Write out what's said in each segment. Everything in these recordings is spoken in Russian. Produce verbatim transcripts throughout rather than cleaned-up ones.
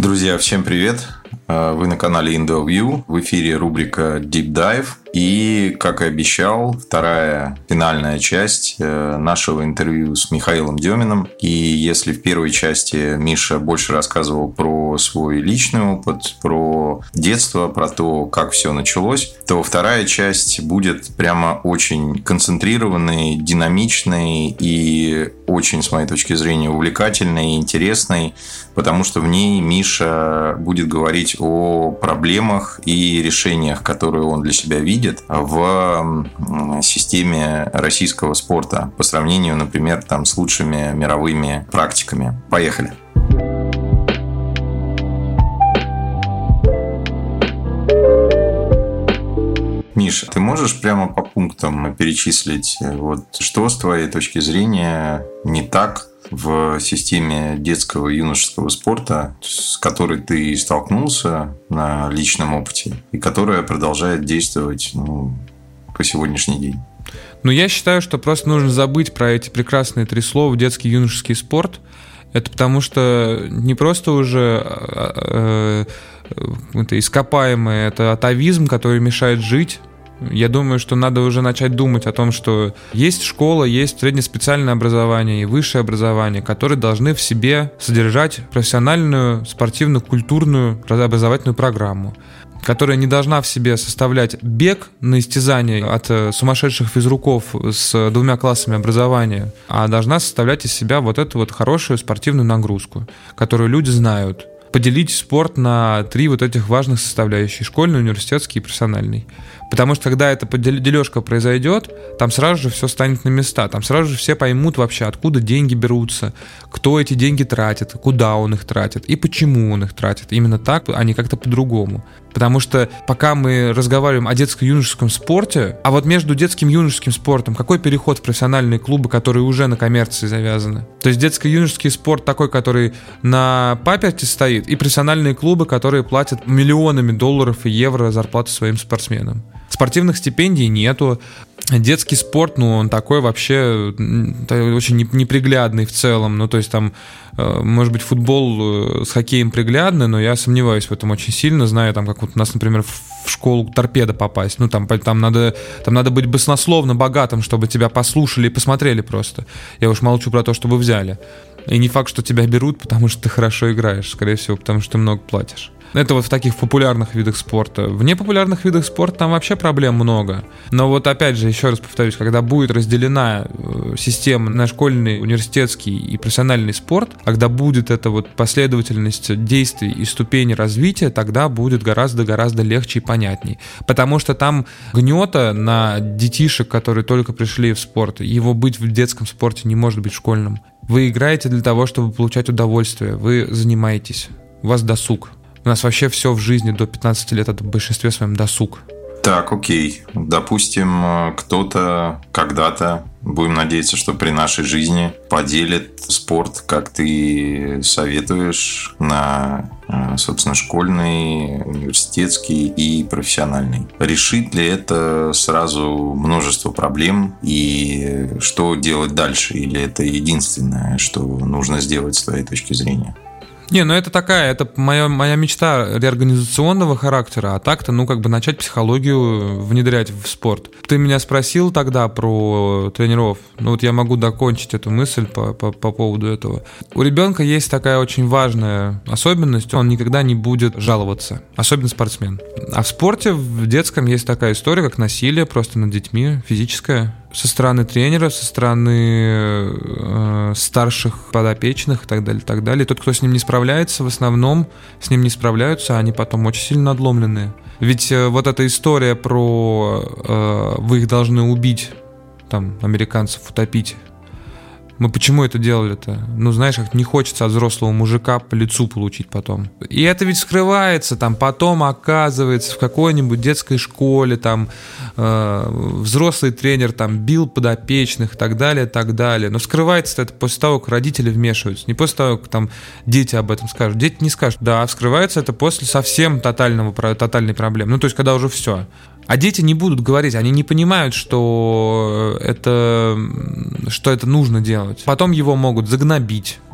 Друзья, всем привет! Вы на канале IndoView, в эфире рубрика Deep Dive. И, как и обещал, вторая финальная часть нашего интервью с Михаилом Деминым. И если в первой части Миша больше рассказывал про свой личный опыт, про детство, про то, как все началось, то вторая часть будет прямо очень концентрированной, динамичной и очень, с моей точки зрения, увлекательной и интересной, потому что в ней Миша будет говорить о проблемах и решениях, которые он для себя видит в системе российского спорта по сравнению, например, там, с лучшими мировыми практиками. Поехали! Миша, ты можешь прямо по пунктам перечислить, вот, что с твоей точки зрения не так в системе детского и юношеского спорта, с которой ты столкнулся на личном опыте и которая продолжает действовать, ну, по сегодняшний день? Ну, я считаю, что просто нужно забыть про эти прекрасные три слова «детский и юношеский спорт». Это потому что не просто уже э, э, это ископаемое, это атовизм, который мешает жить. Я думаю, что надо уже начать думать о том, что есть школа, есть среднеспециальное образование и высшее образование, которые должны в себе содержать профессиональную, спортивно-культурную образовательную программу, которая не должна в себе составлять бег на истязание от сумасшедших физруков с двумя классами образования, а должна составлять из себя вот эту вот хорошую спортивную нагрузку, которую люди знают. Поделить спорт на три вот этих важных составляющих: школьный, университетский и профессиональный. Потому что когда эта дележка произойдет, там сразу же все станет на места, там сразу же все поймут вообще, откуда деньги берутся, кто эти деньги тратит, куда он их тратит и почему он их тратит. Именно так, а не как-то по-другому. Потому что пока мы разговариваем о детско-юношеском спорте, а вот между детским и юношеским спортом какой переход в профессиональные клубы, которые уже на коммерции завязаны? То есть детско-юношеский спорт такой, который на паперти стоит, и профессиональные клубы, которые платят миллионами долларов и евро зарплату своим спортсменам. Спортивных стипендий нету. Детский спорт, ну, он такой вообще очень неприглядный в целом. Ну, то есть там, может быть, футбол с хоккеем приглядный, но я сомневаюсь в этом очень сильно, знаю, там, как вот у нас, например, в школу торпедо попасть. Ну, там, там, надо, там надо быть баснословно богатым, чтобы тебя послушали и посмотрели просто. Я уж молчу про то, чтобы взяли. И не факт, что тебя берут, потому что ты хорошо играешь, скорее всего, потому что ты много платишь. Это вот в таких популярных видах спорта. В непопулярных видах спорта там вообще проблем много. Но вот опять же, еще раз повторюсь, когда будет разделена система на школьный, университетский и профессиональный спорт, когда будет эта вот последовательность действий и ступени развития, тогда будет гораздо-гораздо легче и понятней. Потому что там гнета на детишек, которые только пришли в спорт, его быть в детском спорте не может быть в школьном. Вы играете для того, чтобы получать удовольствие, вы занимаетесь, у вас досуг. У нас вообще все в жизни до пятнадцати лет — это в большинстве своем досуг. Так, окей. Допустим, кто-то когда-то, будем надеяться, что при нашей жизни, поделит спорт, как ты советуешь, на, собственно, школьный, университетский и профессиональный. Решит ли это сразу множество проблем? И что делать дальше? Или это единственное, что нужно сделать с твоей точки зрения? Не, ну это такая, это моя, моя мечта реорганизационного характера, а так-то, ну, как бы начать психологию внедрять в спорт. Ты меня спросил тогда про тренеров, ну вот я могу докончить эту мысль по, по, по поводу этого. У ребенка есть такая очень важная особенность, он никогда не будет жаловаться, особенно спортсмен. А в спорте, в детском, есть такая история, как насилие просто над детьми, физическое. Со стороны тренера, со стороны э, старших подопечных и так далее, так далее. И тот, кто с ним не справляется, в основном с ним не справляются, а они потом очень сильно надломленные. Ведь э, вот эта история про э, вы их должны убить, там, американцев утопить. Мы почему это делали-то? Ну, знаешь, как не хочется от взрослого мужика по лицу получить потом. И это ведь скрывается, там, потом оказывается в какой-нибудь детской школе, там, э, взрослый тренер, там, бил подопечных и так далее, и так далее. Но скрывается это после того, как родители вмешиваются, не после того, как там дети об этом скажут. Дети не скажут. Да, вскрывается это после совсем тотального, тотальной проблемы. Ну, то есть, когда уже все. А дети не будут говорить, они не понимают, что это, что это нужно делать. Потом его могут загнобить,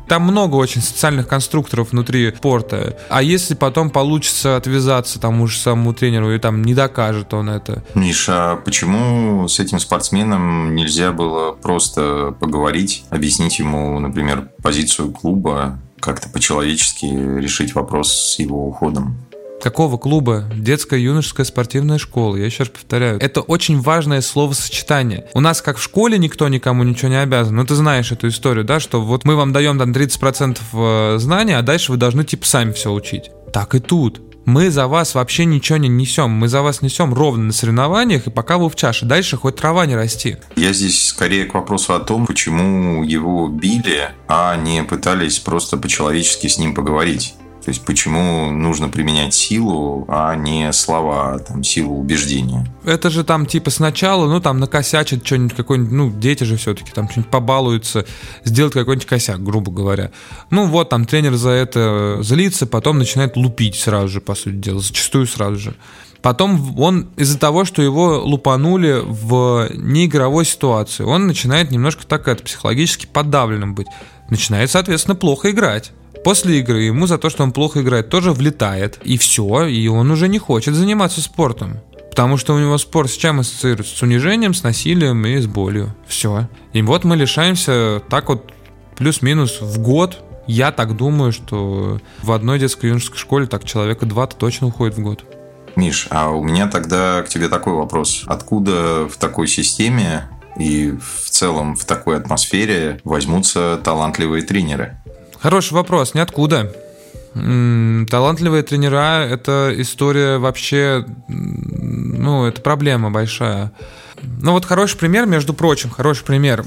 Там много очень социальных конструкторов внутри спорта. А если потом получится отвязаться тому же самому тренеру и там не докажет он это? Миша, а почему с этим спортсменом нельзя было просто поговорить, объяснить ему, например, позицию клуба, как-то по-человечески решить вопрос с его уходом? Какого клуба? Детская юношеская спортивная школа. Я еще раз повторяю. Это очень важное словосочетание. У нас как в школе никто никому ничего не обязан. Ну, ты знаешь эту историю, да, что вот мы вам даем там тридцать процентов знаний, а дальше вы должны типа сами все учить. Так и тут. Мы за вас вообще ничего не несем. Мы за вас несем ровно на соревнованиях, и пока вы в чаше. Дальше хоть трава не расти. Я здесь скорее к вопросу о том, почему его били, а не пытались просто по-человечески с ним поговорить. То есть, почему нужно применять силу, а не слова, там, силу убеждения? Это же там типа сначала, ну там накосячит что-нибудь, какой-нибудь, ну дети же все-таки там что-нибудь побалуются, сделать какой-нибудь косяк, грубо говоря. Ну вот там тренер за это злится, потом начинает лупить сразу же, по сути дела, зачастую сразу же. Потом он из-за того, что его лупанули в неигровой ситуации, он начинает немножко так это психологически подавленным быть. Начинает, соответственно, плохо играть. После игры ему за то, что он плохо играет, тоже влетает. И все, и он уже не хочет заниматься спортом. Потому что у него спорт с чем ассоциируется? С унижением, с насилием и с болью. Все. И вот мы лишаемся так вот плюс-минус в год. Я так думаю, что в одной детской юношеской школе так человека два-то точно уходит в год. Миш, а у меня тогда к тебе такой вопрос. Откуда в такой системе и в целом в такой атмосфере возьмутся талантливые тренеры? Хороший вопрос, ниоткуда. М-м, талантливые тренера – это история вообще, ну, это проблема большая. Ну, вот хороший пример, между прочим, хороший пример.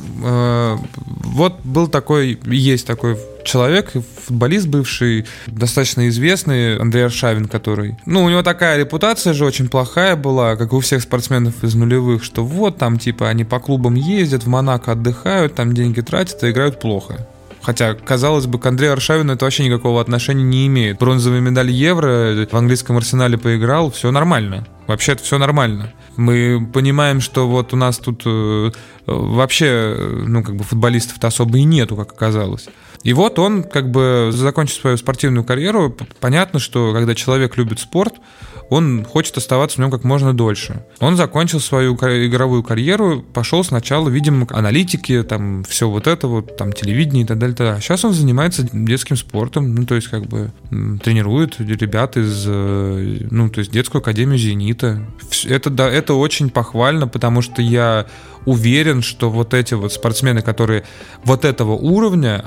Вот был такой, есть такой человек, футболист бывший, достаточно известный, Андрей Аршавин, который... Ну, у него такая репутация же очень плохая была, как у всех спортсменов из нулевых, что вот там, типа, они по клубам ездят, в Монако отдыхают, там деньги тратят, а играют плохо. Хотя, казалось бы, к Андрею Аршавину это вообще никакого отношения не имеет. Бронзовая медаль Евро, в английском Арсенале поиграл, все нормально. Вообще-то все нормально. Мы понимаем, что вот у нас тут э, вообще, ну, как бы футболистов-то особо и нету, как оказалось. И вот он, как бы, закончив свою спортивную карьеру, понятно, что когда человек любит спорт, он хочет оставаться в нем как можно дольше. Он закончил свою игровую карьеру, пошел сначала, видимо, аналитики, там, все вот это вот, там, телевидение и так далее. А сейчас он занимается детским спортом, ну, то есть, как бы, тренирует ребят из, ну, то есть, детскую академию «Зенита». Это, да, это очень похвально, потому что я уверен, что вот эти вот спортсмены, которые вот этого уровня,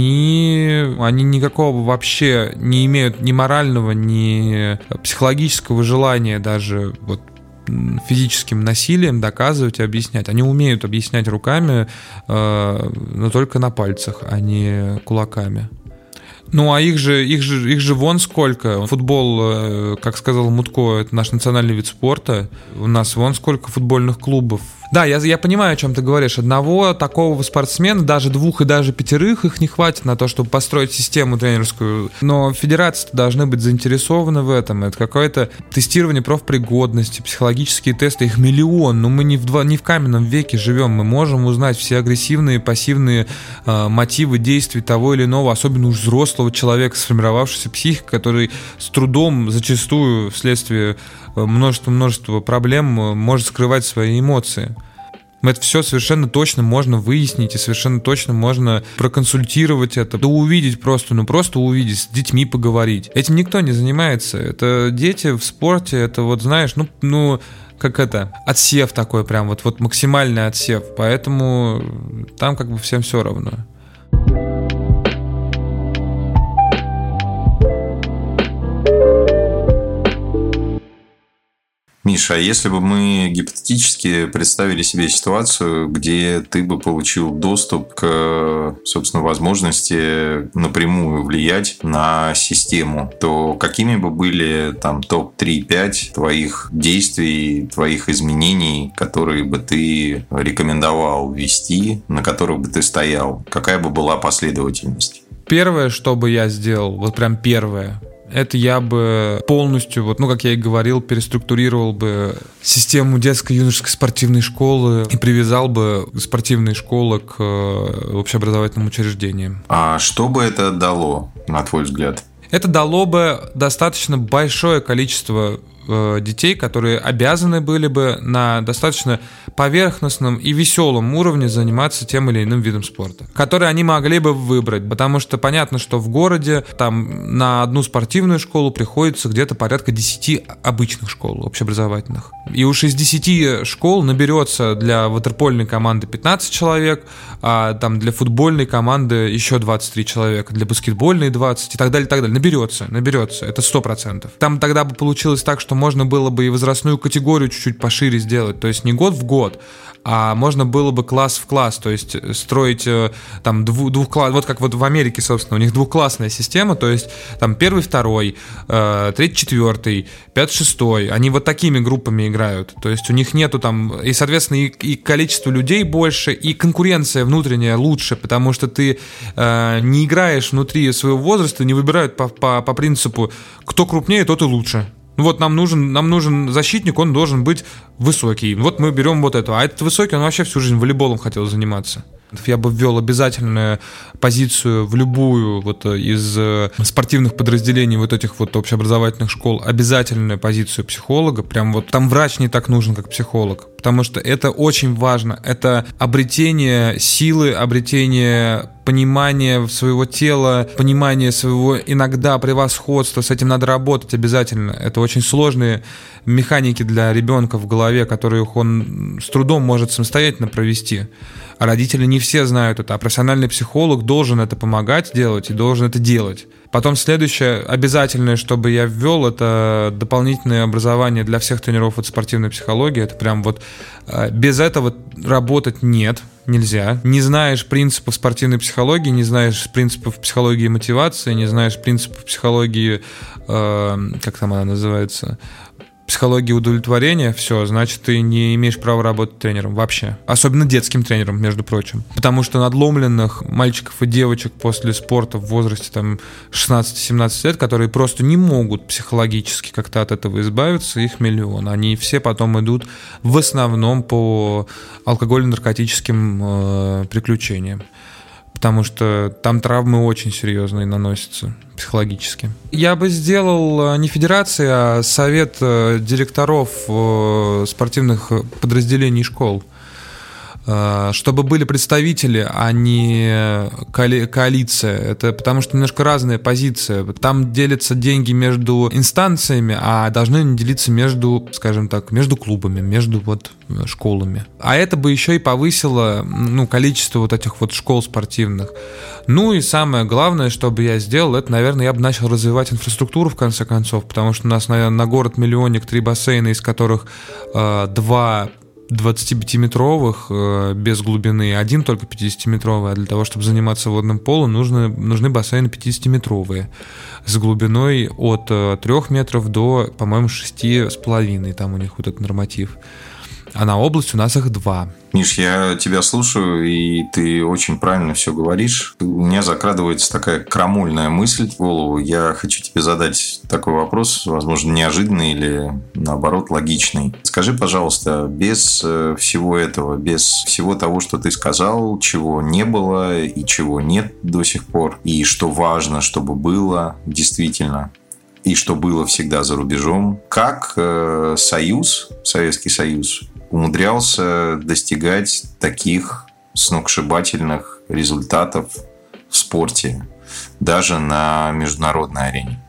они, они никакого вообще не имеют ни морального, ни психологического желания даже вот физическим насилием доказывать и объяснять. Они умеют объяснять руками, э, но только на пальцах, а не кулаками. Ну, а их же, их же, их же вон сколько. Футбол, как сказал Мутко, это наш национальный вид спорта. У нас вон сколько футбольных клубов. Да, я, я понимаю, о чем ты говоришь. Одного такого спортсмена, даже двух и даже пятерых, их не хватит на то, чтобы построить систему тренерскую. Но федерации должны быть заинтересованы в этом. Это какое-то тестирование профпригодности, психологические тесты. Их миллион. Но мы не в, два, не в каменном веке живем. Мы можем узнать все агрессивные, пассивные э, мотивы действий того или иного, особенно уж взрослого человека, сформировавшейся психикой, который с трудом, зачастую вследствие множества-множества проблем, может скрывать свои эмоции. Это все совершенно точно можно выяснить и совершенно точно можно проконсультировать это, да увидеть просто, ну просто увидеть, с детьми поговорить. Этим никто не занимается. Это дети в спорте, это вот знаешь, ну, ну как это, отсев такой прям, вот, вот максимальный отсев. Поэтому там как бы всем все равно. Миша, а если бы мы гипотетически представили себе ситуацию, где ты бы получил доступ к, собственно, возможности напрямую влиять на систему, то какими бы были там топ три-пять твоих действий, твоих изменений, которые бы ты рекомендовал ввести, на которых бы ты стоял? Какая бы была последовательность? Первое, что бы я сделал, вот прям первое, это я бы полностью, вот, ну, как я и говорил, переструктурировал бы систему детско-юношеской спортивной школы и привязал бы спортивные школы к общеобразовательным учреждениям. А что бы это дало, на твой взгляд? Это дало бы достаточно большое количество детей, которые обязаны были бы на достаточно поверхностном и веселом уровне заниматься тем или иным видом спорта, который они могли бы выбрать, потому что понятно, что в городе там на одну спортивную школу приходится где-то порядка десяти обычных школ общеобразовательных. И уж из десяти школ наберется для ватерпольной команды пятнадцать человек, а там для футбольной команды еще двадцать три человека, для баскетбольной двадцать и так далее, и так далее. Наберется, наберется, это сто процентов. Там тогда бы получилось так, что можно было бы и возрастную категорию чуть-чуть пошире сделать, то есть не год в год, а можно было бы класс в класс, то есть строить там двух, двухкласс, вот как вот в Америке, собственно, у них двухклассная система, то есть там первый, второй, э, третий, четвертый, пятый, шестой, они вот такими группами играют, то есть у них нету там, и, соответственно, и, и количество людей больше, и конкуренция внутренняя лучше, потому что ты э, не играешь внутри своего возраста, не выбирают по, по, по принципу, кто крупнее, тот и лучше. Вот нам нужен, нам нужен защитник, он должен быть высокий. Вот мы берем вот этого. А этот высокий, он вообще всю жизнь волейболом хотел заниматься. Я бы ввел обязательную позицию в любую вот из спортивных подразделений вот этих вот общеобразовательных школ, обязательную позицию психолога. Прям вот там врач не так нужен, как психолог. Потому что это очень важно. Это обретение силы, обретение понимания своего тела, понимание своего иногда превосходства. С этим надо работать обязательно. Это очень сложные механики для ребенка в голове, которые он с трудом может самостоятельно провести. А родители не все знают это, а профессиональный психолог должен это помогать делать и должен это делать. Потом следующее, обязательное, чтобы я ввел, это дополнительное образование для всех тренеров от спортивной психологии. Это прям вот без этого работать нет, нельзя. Не знаешь принципов спортивной психологии, не знаешь принципов психологии мотивации, не знаешь принципов психологии, э, как там она называется, психологии удовлетворения, все, значит, ты не имеешь права работать тренером вообще. Особенно детским тренером, между прочим. Потому что надломленных мальчиков и девочек после спорта в возрасте там шестнадцать-семнадцать лет, которые просто не могут психологически как-то от этого избавиться, их миллион. Они все потом идут в основном по алкогольно-наркотическим э, приключениям. Потому что там травмы очень серьезные наносятся психологически. Я бы сделал не федерация, а совет директоров спортивных подразделений школ, чтобы были представители, а не коали- коалиция. Это потому что немножко разная позиция. Там делятся деньги между инстанциями, а должны они делиться между, скажем так, между клубами, между вот школами. А это бы еще и повысило, ну, количество вот этих вот школ спортивных. Ну и самое главное, что бы я сделал, это, наверное, я бы начал развивать инфраструктуру в конце концов, потому что у нас, наверное, на город-миллионник три бассейна, из которых э, два двадцатипятиметровых э, без глубины, один только пятидесятиметровый, а для того, чтобы заниматься водным полом, нужны, нужны бассейны пятидесятиметровые с глубиной от э, трех метров до, по-моему, шести с половиной, там у них вот этот норматив. А на область у нас их два. Миш, я тебя слушаю, и ты очень правильно все говоришь. У меня закрадывается такая крамольная мысль в голову. Я хочу тебе задать такой вопрос, возможно, неожиданный или, наоборот, логичный. Скажи, пожалуйста, без всего этого, без всего того, что ты сказал, чего не было и чего нет до сих пор, и что важно, чтобы было действительно, и что было всегда за рубежом, как э, Союз, Советский Союз, умудрялся достигать таких сногсшибательных результатов в спорте, даже на международной арене?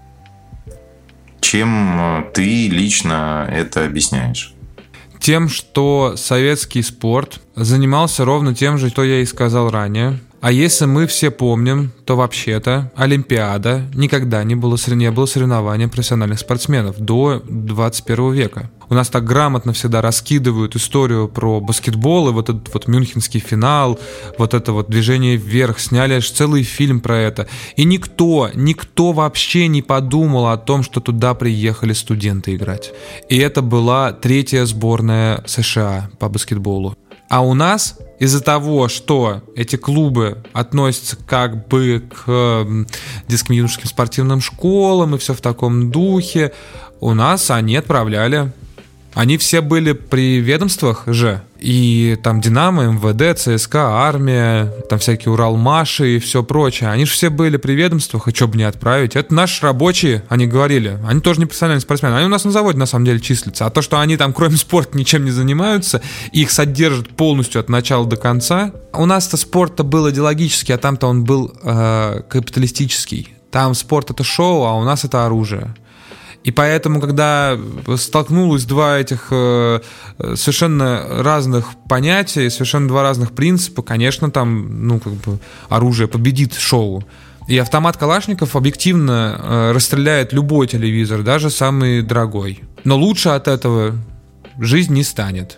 Чем ты лично это объясняешь? Тем, что советский спорт занимался ровно тем же, что я и сказал ранее. А если мы все помним, то вообще-то Олимпиада никогда не было, не было соревнования профессиональных спортсменов до двадцать первого века. У нас так грамотно всегда раскидывают историю про баскетбол и вот этот вот мюнхенский финал, вот это вот движение вверх, сняли аж целый фильм про это. И никто, никто вообще не подумал о том, что туда приехали студенты играть. И это была третья сборная США по баскетболу. А у нас из-за того, что эти клубы относятся как бы к детским юношеским спортивным школам и все в таком духе, у нас они отправляли. Они все были при ведомствах же. И там Динамо, эм вэ дэ, цэ эс ка, Армия, там всякие Уралмаши и все прочее. Они же все были при ведомствах, и что бы не отправить. Это наши рабочие, они говорили. Они тоже не профессиональные спортсмены. Они у нас на заводе на самом деле числятся. А то, что они там кроме спорта ничем не занимаются, и их содержат полностью от начала до конца. У нас-то спорт-то был идеологический, а там-то он был э, капиталистический. Там спорт — это шоу, а у нас это оружие. И поэтому, когда столкнулось два этих э, совершенно разных понятия, совершенно два разных принципа, конечно, там, ну, как бы, оружие победит шоу. И автомат Калашников объективно э, расстреляет любой телевизор, даже самый дорогой. Но лучше от этого жизнь не станет.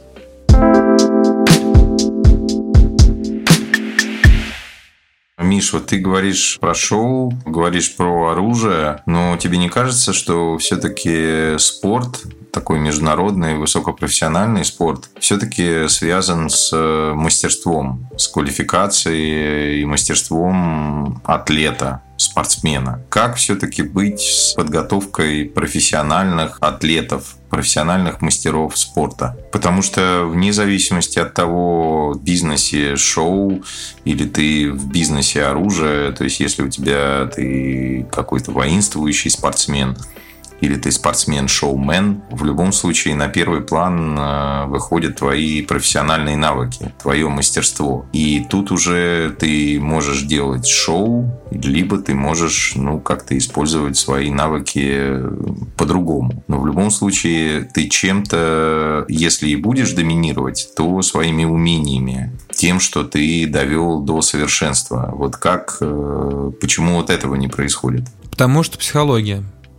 Миш, вот ты говоришь про шоу, говоришь про оружие, но тебе не кажется, что все-таки спорт, такой международный, высокопрофессиональный спорт, все-таки связан с мастерством, с квалификацией и мастерством атлета, спортсмена? Как все-таки быть с подготовкой профессиональных атлетов, профессиональных мастеров спорта? Потому что вне зависимости от того, в бизнесе шоу или ты в бизнесе оружия, то есть если у тебя ты какой-то воинствующий спортсмен, или ты спортсмен-шоумен, в любом случае на первый план выходят твои профессиональные навыки, твое мастерство. И тут уже ты можешь делать шоу, либо ты можешь, ну, как-то использовать свои навыки по-другому. Но в любом случае ты чем-то, если и будешь доминировать, то своими умениями, тем, что ты довел до совершенства. Вот как, почему вот этого не происходит? Потому что психология.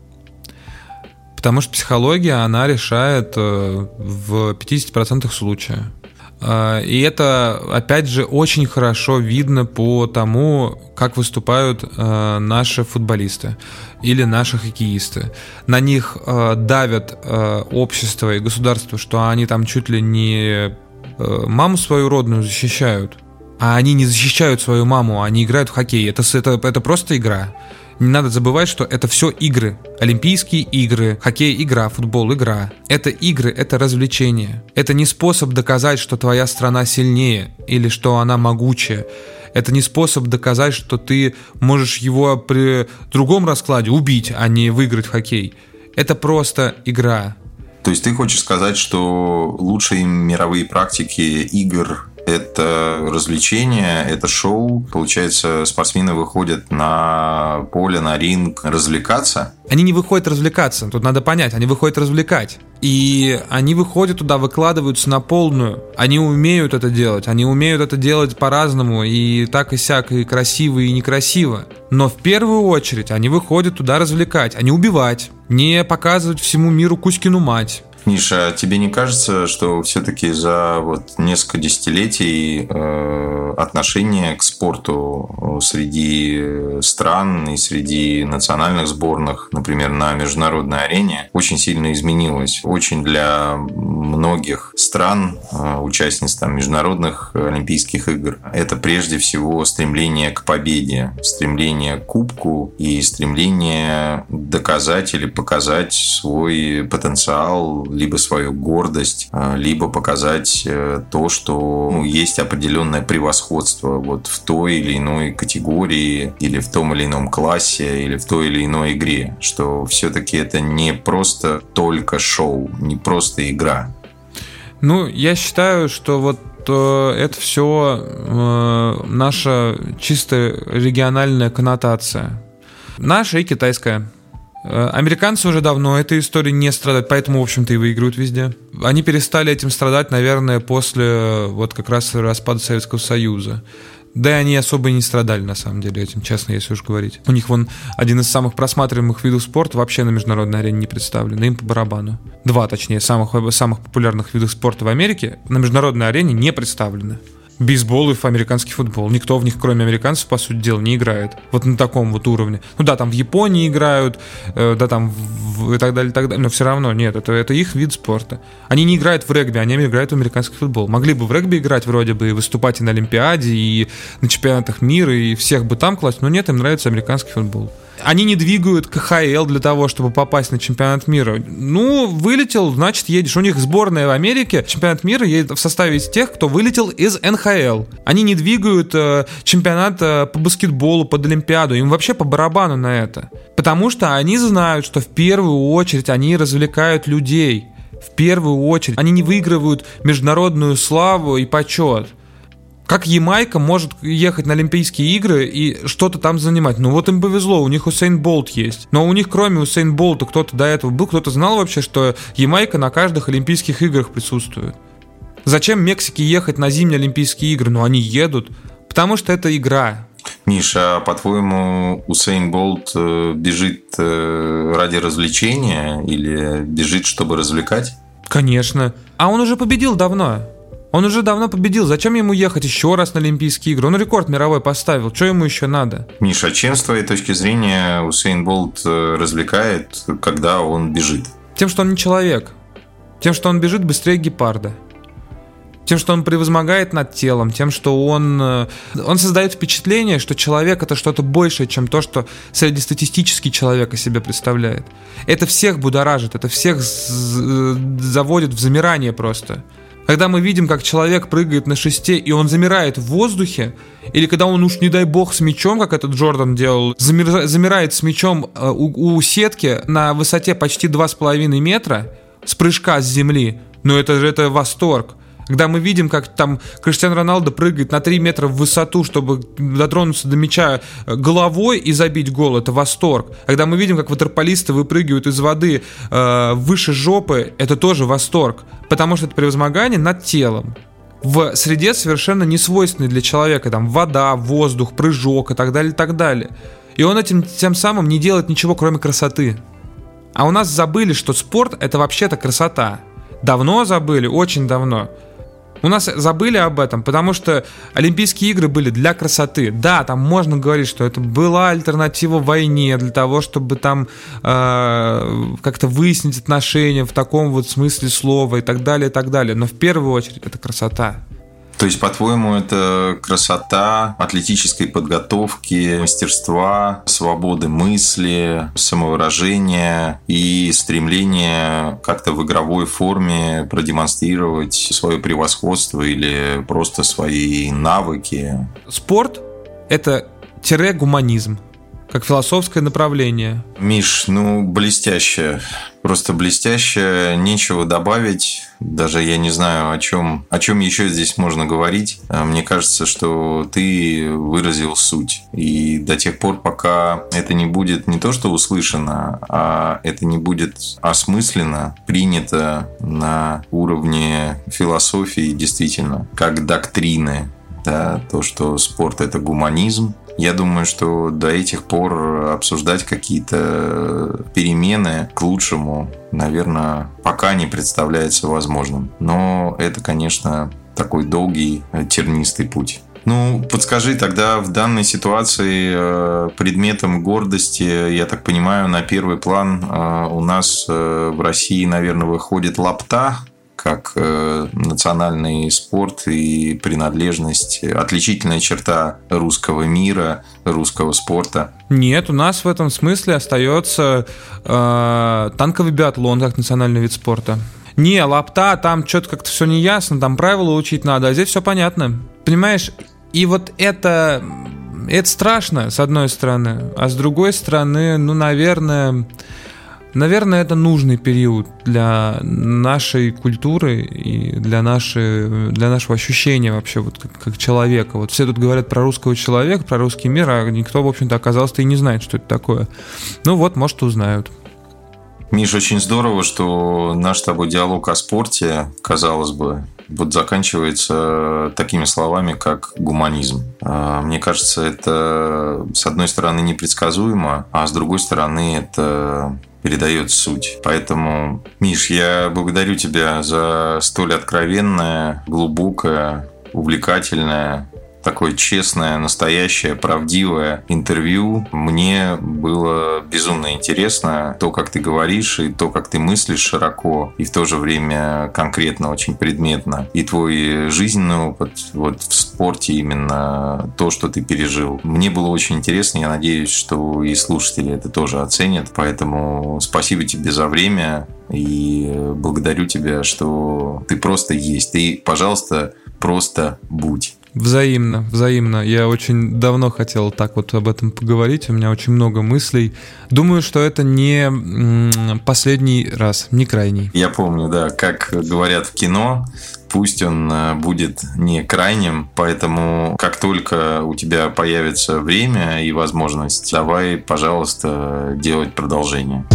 Потому что психология, она решает в пятьдесят процентов случаев. И это, опять же, очень хорошо видно по тому, как выступают наши футболисты или наши хоккеисты. На них давят общество и государство, что они там чуть ли не маму свою родную защищают. А они не защищают свою маму, они играют в хоккей. Это, это, это просто игра. Не надо забывать, что это все игры. Олимпийские игры, хоккей — игра, футбол — игра. Это игры, это развлечение. Это не способ доказать, что твоя страна сильнее или что она могучая. Это не способ доказать, что ты можешь его при другом раскладе убить, а не выиграть в хоккей. Это просто игра. То есть ты хочешь сказать, что лучшие мировые практики игр — это развлечение, это шоу. Получается, спортсмены выходят на поле, на ринг развлекаться? Они не выходят развлекаться, тут надо понять, они выходят развлекать. И они выходят туда, выкладываются на полную. Они умеют это делать, они умеют это делать по-разному, и так и сяк, и красиво, и некрасиво. Но в первую очередь они выходят туда развлекать, а не убивать, не показывать всему миру Кузькину мать. Миша, тебе не кажется, что все-таки за вот несколько десятилетий э, отношение к спорту среди стран и среди национальных сборных, например, на международной арене, очень сильно изменилось? Очень для многих стран, э, участниц там, международных Олимпийских игр, это прежде всего стремление к победе, стремление к кубку и стремление доказать или показать свой потенциал, либо свою гордость, либо показать то, что ну, есть определенное превосходство вот в той или иной категории, или в том или ином классе, или в той или иной игре. Что все-таки это не просто только шоу, не просто игра. Ну, я считаю, что вот э, это все э, наша чисто региональная коннотация. Наша и китайская. Американцы уже давно этой историей не страдают, поэтому, в общем-то, и выигрывают везде. Они перестали этим страдать, наверное, после вот как раз распада Советского Союза. Да и они особо и не страдали, на самом деле, этим, честно, если уж говорить. У них вон один из самых просматриваемых видов спорта вообще на международной арене не представлен, им по барабану. Два, точнее, самых, самых популярных видов спорта в Америке на международной арене не представлены. Бейсбол и американский футбол. Никто в них, кроме американцев, по сути дела, не играет. Вот на таком вот уровне. Ну да, там в Японии играют, э, да, там в и так далее, и так далее. Но все равно, нет, это, это их вид спорта. Они не играют в регби, они играют в американский футбол. Могли бы в регби играть вроде бы, и выступать и на Олимпиаде, и на чемпионатах мира, и всех бы там класть, но нет, им нравится американский футбол. Они не двигают ка ха эл для того, чтобы попасть на чемпионат мира. Ну, вылетел, значит, едешь. У них сборная в Америке, чемпионат мира едет в составе из тех, кто вылетел из эн ха эл. Они не двигают э, чемпионат э, по баскетболу, под Олимпиаду. Им вообще по барабану на это. Потому что они знают, что в первую очередь они развлекают людей. В первую очередь. Они не выигрывают международную славу и почет. Как Ямайка может ехать на Олимпийские игры и что-то там занимать? Ну вот им повезло, у них Усейн Болт есть. Но у них кроме Усейн Болта кто-то до этого был, кто-то знал вообще, что Ямайка на каждых Олимпийских играх присутствует. Зачем Мексике ехать на зимние Олимпийские игры? Ну они едут, потому что это игра. Миша, а по-твоему Усейн Болт бежит ради развлечения или бежит, чтобы развлекать? Конечно. А он уже победил давно. Он уже давно победил. Зачем ему ехать еще раз на Олимпийские игры? Он рекорд мировой поставил. Что ему еще надо? Миша, чем с твоей точки зрения Усейн Болт развлекает, когда он бежит? Тем, что он не человек. Тем, что он бежит быстрее гепарда. Тем, что он превозмогает над телом. Тем, что он... Он создает впечатление, что человек — это что-то большее, чем то, что среднестатистический человек о себе представляет. Это всех будоражит. Это всех заводит в замирание просто. Когда мы видим, как человек прыгает на шесте, и он замирает в воздухе, или когда он уж, не дай бог, с мячом, как этот Джордан делал, замир, замирает с мячом у, у сетки на высоте почти два с половиной метра с прыжка с земли, ну это же это восторг. Когда мы видим, как там Криштиано Роналдо прыгает на три метра в высоту, чтобы дотронуться до мяча головой и забить гол, это восторг. Когда мы видим, как ватерполисты выпрыгивают из воды э, выше жопы, это тоже восторг. Потому что это превозмогание над телом. В среде совершенно не свойственной для человека. Там вода, воздух, прыжок и так далее, и так далее. И он этим тем самым не делает ничего, кроме красоты. А у нас забыли, что спорт — это вообще-то красота. Давно забыли, очень давно. У нас забыли об этом, потому что Олимпийские игры были для красоты. Да, там можно говорить, что это была альтернатива войне, для того, чтобы там э, как-то выяснить отношения в таком вот смысле слова и так далее, и так далее. Но в первую очередь это красота. То есть, по-твоему, это красота атлетической подготовки, мастерства, свободы мысли, самовыражения и стремление как-то в игровой форме продемонстрировать свое превосходство или просто свои навыки? Спорт – это тире-гуманизм, как философское направление. Миш, ну, блестяще. Просто блестяще. Нечего добавить. Даже я не знаю, о чем, о чем еще здесь можно говорить. Мне кажется, что ты выразил суть. И до тех пор, пока это не будет не то, что услышано, а это не будет осмысленно, принято на уровне философии действительно, как доктрины, да, то, что спорт – это гуманизм. Я думаю, что до этих пор обсуждать какие-то перемены к лучшему, наверное, пока не представляется возможным. Но это, конечно, такой долгий, тернистый путь. Ну, подскажи тогда, в данной ситуации предметом гордости, я так понимаю, на первый план у нас в России, наверное, выходит лапта, как э, национальный спорт и принадлежность, отличительная черта русского мира, русского спорта? Нет, у нас в этом смысле остается э, танковый биатлон как национальный вид спорта. Не, лапта, там что-то как-то все неясно, там правила учить надо, а здесь все понятно. Понимаешь, и вот это, это страшно, с одной стороны, а с другой стороны, ну, наверное... Наверное, это нужный период для нашей культуры и для, нашей, для нашего ощущения вообще вот как, как человека. Вот все тут говорят про русского человека, про русский мир, а никто, в общем-то, оказался-то и не знает, что это такое. Ну вот, может, узнают. Миш, очень здорово, что наш с тобой диалог о спорте, казалось бы, вот заканчивается такими словами, как гуманизм. Мне кажется, это, с одной стороны, непредсказуемо, а с другой стороны, это передает суть. Поэтому, Миш, я благодарю тебя за столь откровенное, глубокое, увлекательное, такое честное, настоящее, правдивое интервью. Мне было безумно интересно то, как ты говоришь, и то, как ты мыслишь широко, и в то же время конкретно, очень предметно. И твой жизненный опыт вот в спорте, именно то, что ты пережил. Мне было очень интересно, я надеюсь, что и слушатели это тоже оценят. Поэтому спасибо тебе за время и благодарю тебя, что ты просто есть. Ты, пожалуйста, просто будь. Взаимно, взаимно. Я очень давно хотел так вот об этом поговорить. У меня очень много мыслей. Думаю, что это не последний раз, не крайний. Я помню, да, как говорят в кино, пусть он будет не крайним, поэтому как только у тебя появится время и возможность, давай, пожалуйста, делать продолжение.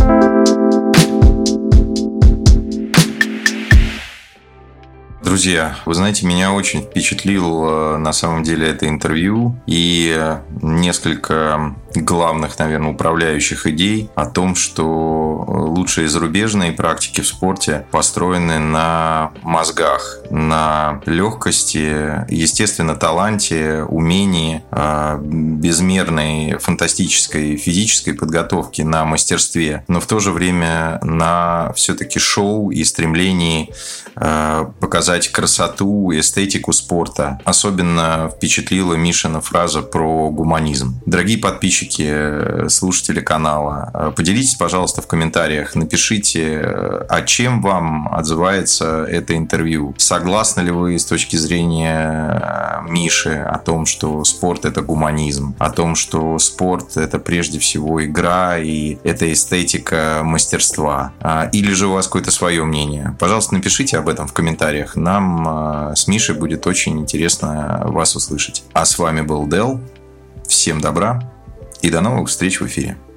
Друзья, вы знаете, меня очень впечатлило на самом деле это интервью и несколько главных, наверное, управляющих идей о том, что лучшие зарубежные практики в спорте построены на мозгах, на легкости, естественно, таланте, умении, безмерной фантастической физической подготовке, на мастерстве, но в то же время на все-таки шоу и стремлении показать красоту, эстетику спорта. Особенно впечатлила Мишина фраза про гуманизм. Дорогие подписчики, слушатели канала, поделитесь, пожалуйста, в комментариях, напишите, о чем вам отзывается это интервью. Согласны ли вы с точки зрения Миши о том, что спорт – это гуманизм, о том, что спорт – это прежде всего игра и это эстетика мастерства? Или же у вас какое-то свое мнение? Пожалуйста, напишите об этом в комментариях. Нам с Мишей будет очень интересно вас услышать. А с вами был Дэл. Всем добра и до новых встреч в эфире.